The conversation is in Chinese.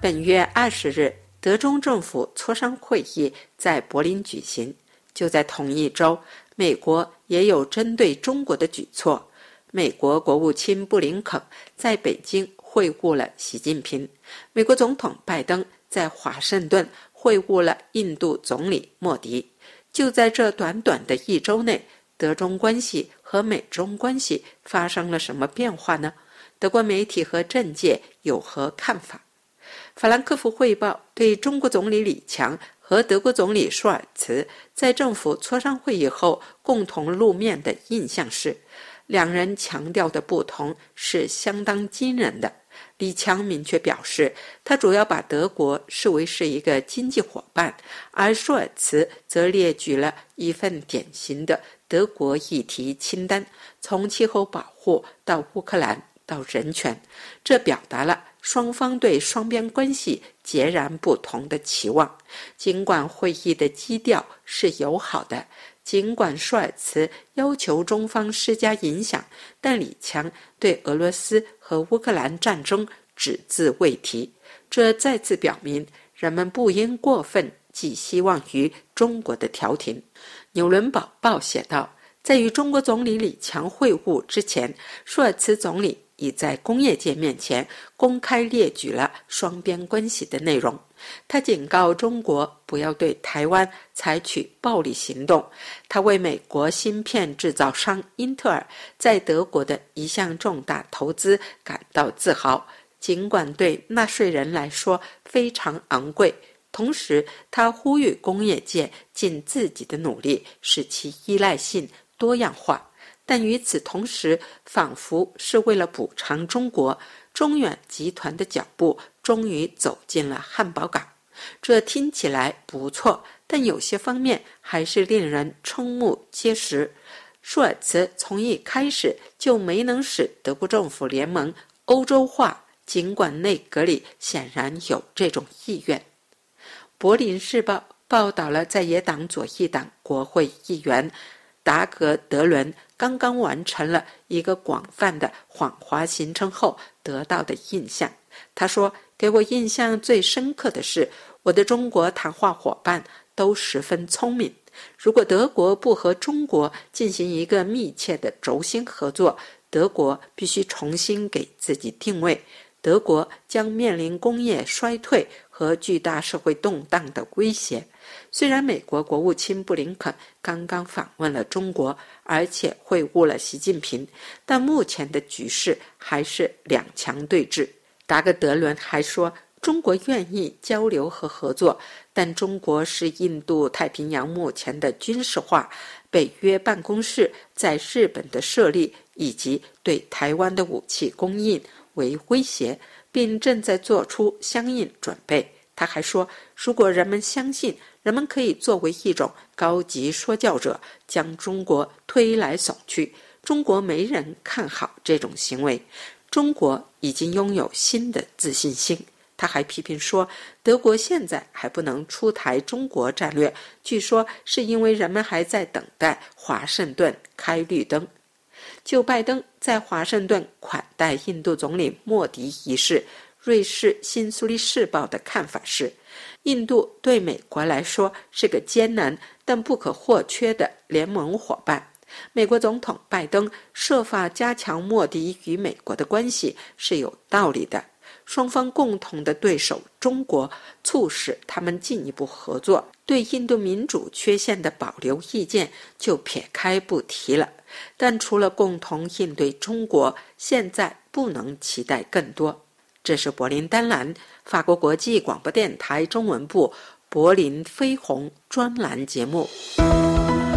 本月20日，德中政府磋商会议在柏林举行。就在同一周，美国也有针对中国的举措。美国国务卿布林肯在北京会晤了习近平，美国总统拜登在华盛顿会晤了印度总理莫迪。就在这短短的一周内，德中关系和美中关系发生了什么变化呢？德国媒体和政界有何看法？法兰克福汇报对中国总理李强和德国总理舒尔茨在政府磋商会议后共同露面的印象是，两人强调的不同是相当惊人的。李强明确表示，他主要把德国视为是一个经济伙伴，而舒尔茨则列举了一份典型的德国议题清单，从气候保护到乌克兰到人权，这表达了双方对双边关系截然不同的期望。尽管会议的基调是友好的，尽管舒尔茨要求中方施加影响，但李强对俄罗斯和乌克兰战争只字未提。这再次表明，人们不应过分寄希望于中国的调停。纽伦堡报写道，在与中国总理李强会晤之前，舒尔茨总理已在工业界面前公开列举了双边关系的内容。他警告中国不要对台湾采取暴力行动。他为美国芯片制造商英特尔在德国的一项重大投资感到自豪，尽管对纳税人来说非常昂贵。同时，他呼吁工业界尽自己的努力，使其依赖性多样化。但与此同时，仿佛是为了补偿中国，中远集团的脚步终于走进了汉堡港。这听起来不错，但有些方面还是令人瞠目结舌。舒尔茨从一开始就没能使德国政府联盟欧洲化，尽管内阁里显然有这种意愿。柏林日报报道了在野党左翼党国会议员达格·德伦刚刚完成了一个广泛的访华行程后得到的印象。他说，给我印象最深刻的是，我的中国谈话伙伴都十分聪明。如果德国不和中国进行一个密切的轴心合作，德国必须重新给自己定位。德国将面临工业衰退和巨大社会动荡的威胁。虽然美国国务卿布林肯刚刚访问了中国，而且会晤了习近平，但目前的局势还是两强对峙。达格德伦还说，中国愿意交流和合作，但中国是印度太平洋目前的军事化、北约办公室在日本的设立以及对台湾的武器供应为威胁，并正在做出相应准备。他还说，如果人们相信人们可以作为一种高级说教者将中国推来耸去，中国没人看好这种行为。中国已经拥有新的自信心。他还批评说，德国现在还不能出台中国战略，据说是因为人们还在等待华盛顿开绿灯。就拜登在华盛顿款待印度总理莫迪一事，瑞士新苏黎世报的看法是，印度对美国来说是个艰难但不可或缺的联盟伙伴。美国总统拜登设法加强莫迪与美国的关系是有道理的，双方共同的对手中国促使他们进一步合作，对印度民主缺陷的保留意见就撇开不提了。但除了共同应对中国，现在不能期待更多。这是柏林丹兰，法国国际广播电台中文部柏林飞鸿专栏节目。